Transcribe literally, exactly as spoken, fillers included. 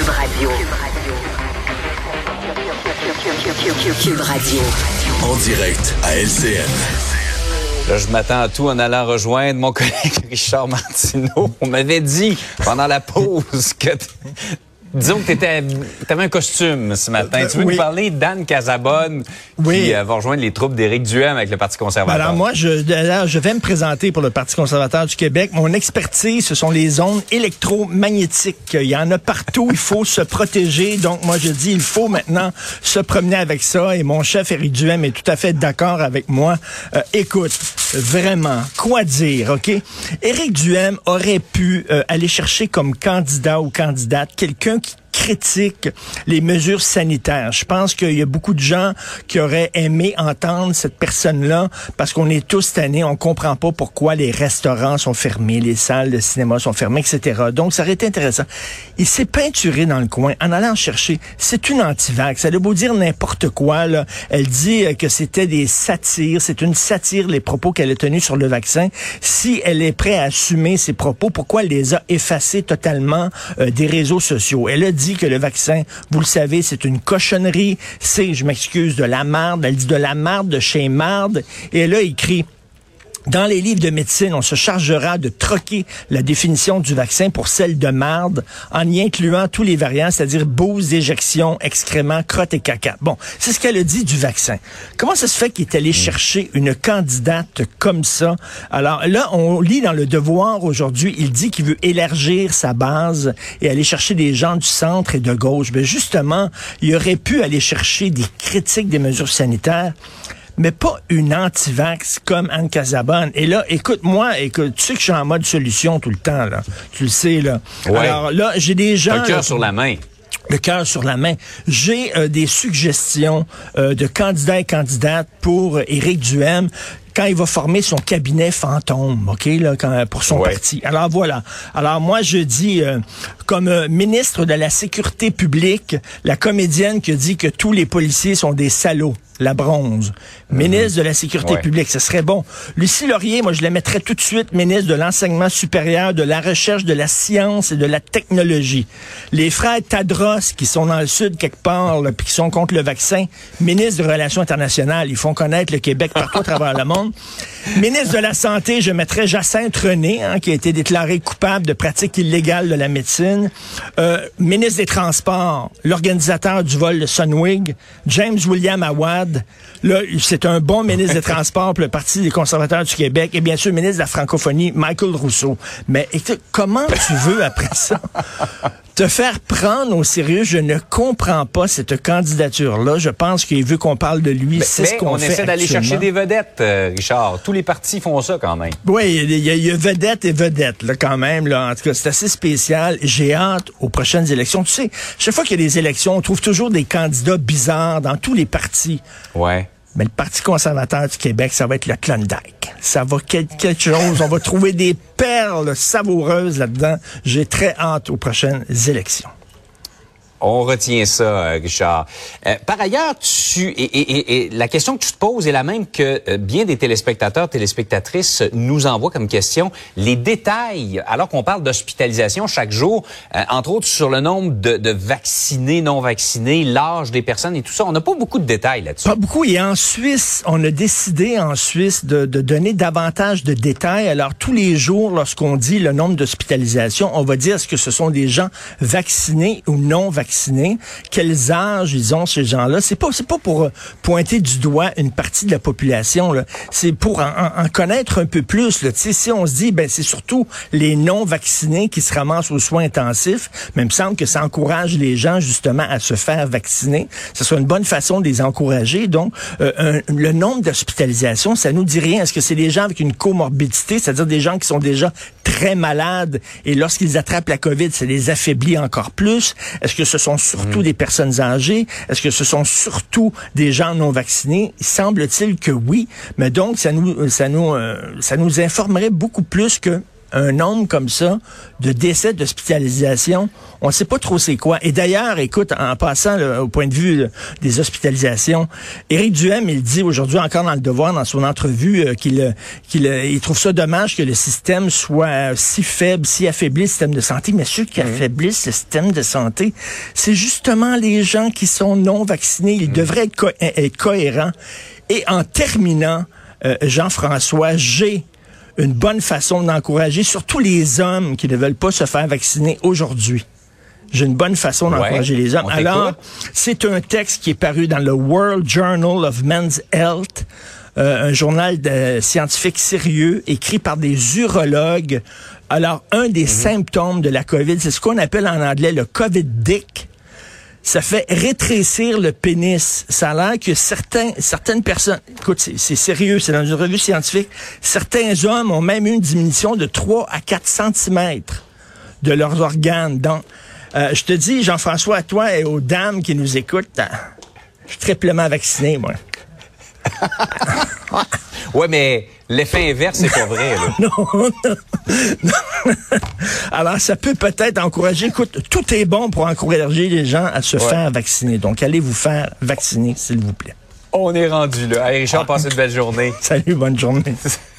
Cube Radio. Cube Radio. En direct à L C N. Là, je m'attends à tout en allant rejoindre mon collègue Richard Martineau. On m'avait dit pendant la pause que... Disons que tu avais un costume ce matin. Euh, tu veux oui. nous parler d'Anne Casabonne oui. qui euh, va rejoindre les troupes d'Éric Duhem avec le Parti conservateur? Alors moi, je, alors, je vais me présenter pour le Parti conservateur du Québec. Mon expertise, ce sont les ondes électromagnétiques. Il y en a partout, il faut se protéger. Donc moi, je dis, il faut maintenant se promener avec ça. Et mon chef, Éric Duhem, est tout à fait d'accord avec moi. Euh, écoute, vraiment, quoi dire, OK? Éric Duhem aurait pu euh, aller chercher comme candidat ou candidate quelqu'un qui critique les mesures sanitaires. Je pense qu'il y a beaucoup de gens qui auraient aimé entendre cette personne-là parce qu'on est tous tannés, on comprend pas pourquoi les restaurants sont fermés, les salles de cinéma sont fermées, et cetera. Donc, ça aurait été intéressant. Il s'est peinturé dans le coin en allant chercher. C'est une anti-vax. Elle a beau dire n'importe quoi, là. Elle dit que c'était des satires. C'est une satire, les propos qu'elle a tenus sur le vaccin. Si elle est prête à assumer ses propos, pourquoi elle les a effacés totalement euh, des réseaux sociaux? Elle a dit que le vaccin, vous le savez, c'est une cochonnerie, c'est, je m'excuse, de la marde. Elle dit de la marde de chez marde. Et elle a écrit: dans les livres de médecine, on se chargera de troquer la définition du vaccin pour celle de marde en y incluant tous les variants, c'est-à-dire bouse, éjection, excréments, crotte et caca. Bon, c'est ce qu'elle a dit du vaccin. Comment ça se fait qu'il est allé chercher une candidate comme ça? Alors là, on lit dans Le Devoir aujourd'hui, il dit qu'il veut élargir sa base et aller chercher des gens du centre et de gauche. Ben justement, il aurait pu aller chercher des critiques des mesures sanitaires, mais pas une anti-vax comme Anne Casabonne. Et là, écoute-moi, écoute, tu sais que je suis en mode solution tout le temps, là. Tu le sais, là. Ouais. Alors là, j'ai des gens... Le cœur sur la main. Le cœur sur la main. J'ai euh, des suggestions euh, de candidats et candidates pour euh, Éric Duhem quand il va former son cabinet fantôme, OK, là, quand, pour son ouais. parti. Alors voilà. Alors moi, je dis, euh, comme euh, ministre de la Sécurité publique, la comédienne qui a dit que tous les policiers sont des salauds, la bronze. Mm-hmm. Ministre de la Sécurité ouais. publique, ce serait bon. Lucie Laurier, moi, je la mettrais tout de suite ministre de l'Enseignement supérieur, de la Recherche, de la Science et de la Technologie. Les frères Tadros, qui sont dans le sud quelque part, là, puis qui sont contre le vaccin, ministre des Relations internationales, ils font connaître le Québec partout à travers le monde. Ministre de la Santé, je mettrais Jacinthe René, hein, qui a été déclaré coupable de pratiques illégales de la médecine. Euh, ministre des Transports, l'organisateur du vol de Sunwing, James William Awad. Là, c'est un bon ministre des Transports pour le Parti des conservateurs du Québec. Et bien sûr, ministre de la Francophonie, Michael Rousseau. Mais écoute, comment tu veux, après ça, te faire prendre au sérieux? Je ne comprends pas cette candidature-là. Je pense qu'il veut qu'on parle de lui. Mais, c'est ce qu'on on fait essaie d'aller chercher des vedettes, euh, Richard. Tous les partis font ça quand même. Oui, il y, y, y a vedettes et vedettes, là, quand même. Là. En tout cas, c'est assez spécial. J'ai hâte aux prochaines élections. Tu sais, chaque fois qu'il y a des élections, on trouve toujours des candidats bizarres dans tous les partis. Ouais. Mais le Parti conservateur du Québec, ça va être le Klondike. Ça va quelque, quelque chose. On va trouver des perles savoureuses là-dedans. J'ai très hâte aux prochaines élections. On retient ça, Richard. Euh, par ailleurs, tu et, et, et, et la question que tu te poses est la même que euh, bien des téléspectateurs, téléspectatrices nous envoient comme question. Les détails, alors qu'on parle d'hospitalisation chaque jour, euh, entre autres sur le nombre de, de vaccinés, non vaccinés, l'âge des personnes et tout ça, on n'a pas beaucoup de détails là-dessus. Pas beaucoup. Et en Suisse, on a décidé en Suisse de, de donner davantage de détails. Alors tous les jours, lorsqu'on dit le nombre d'hospitalisations, on va dire est-ce que ce sont des gens vaccinés ou non vaccinés. Quels âges ils ont, ces gens-là. C'est pas, c'est pas pour pointer du doigt une partie de la population, là. C'est pour en, en, en connaître un peu plus, là. Tu sais, si on se dit, ben, c'est surtout les non-vaccinés qui se ramassent aux soins intensifs, mais il me semble que ça encourage les gens, justement, à se faire vacciner. Ce serait une bonne façon de les encourager. Donc, euh, un, le nombre d'hospitalisations, ça nous dit rien. Est-ce que c'est des gens avec une comorbidité, c'est-à-dire des gens qui sont déjà très malades et lorsqu'ils attrapent la COVID, ça les affaiblit encore plus? Est-ce que ce sont surtout mmh. des personnes âgées? Est-ce que ce sont surtout des gens non vaccinés? Il semble-t-il que oui. Mais donc, ça nous, ça nous, euh, ça nous informerait beaucoup plus que un nombre comme ça de décès, d'hospitalisation. On ne sait pas trop c'est quoi. Et d'ailleurs, écoute, en passant là, au point de vue là, des hospitalisations, Éric Duhem, il dit aujourd'hui encore dans Le Devoir, dans son entrevue, euh, qu'il, euh, qu'il euh, il trouve ça dommage que le système soit euh, si faible, si affaibli, le système de santé. Mais ceux qui mmh. affaiblissent le système de santé, c'est justement les gens qui sont non vaccinés. Ils mmh. devraient être, co- être cohérents. Et en terminant, euh, Jean-François, j'ai une bonne façon d'encourager surtout les hommes qui ne veulent pas se faire vacciner aujourd'hui. J'ai une bonne façon d'encourager ouais, les hommes. Alors, c'est un texte qui est paru dans le World Journal of Men's Health, euh, un journal de scientifique sérieux, écrit par des urologues. Alors, un des mm-hmm. symptômes de la COVID, c'est ce qu'on appelle en anglais le COVID dick. Ça fait rétrécir le pénis. Ça a l'air que certains, certaines personnes, écoute, c'est, c'est sérieux, c'est dans une revue scientifique, certains hommes ont même eu une diminution de trois à quatre centimètres de leurs organes. Donc, euh, je te dis, Jean-François, à toi et aux dames qui nous écoutent, euh, je suis triplement vacciné, moi. Ouais, mais l'effet inverse, c'est pas vrai, là. non, non, non. Alors, ça peut peut-être encourager, écoute, tout est bon pour encourager les gens à se ouais. faire vacciner. Donc, allez vous faire vacciner, s'il vous plaît. On est rendu là. Hey, Richard, ah. passe une belle journée. Salut, bonne journée.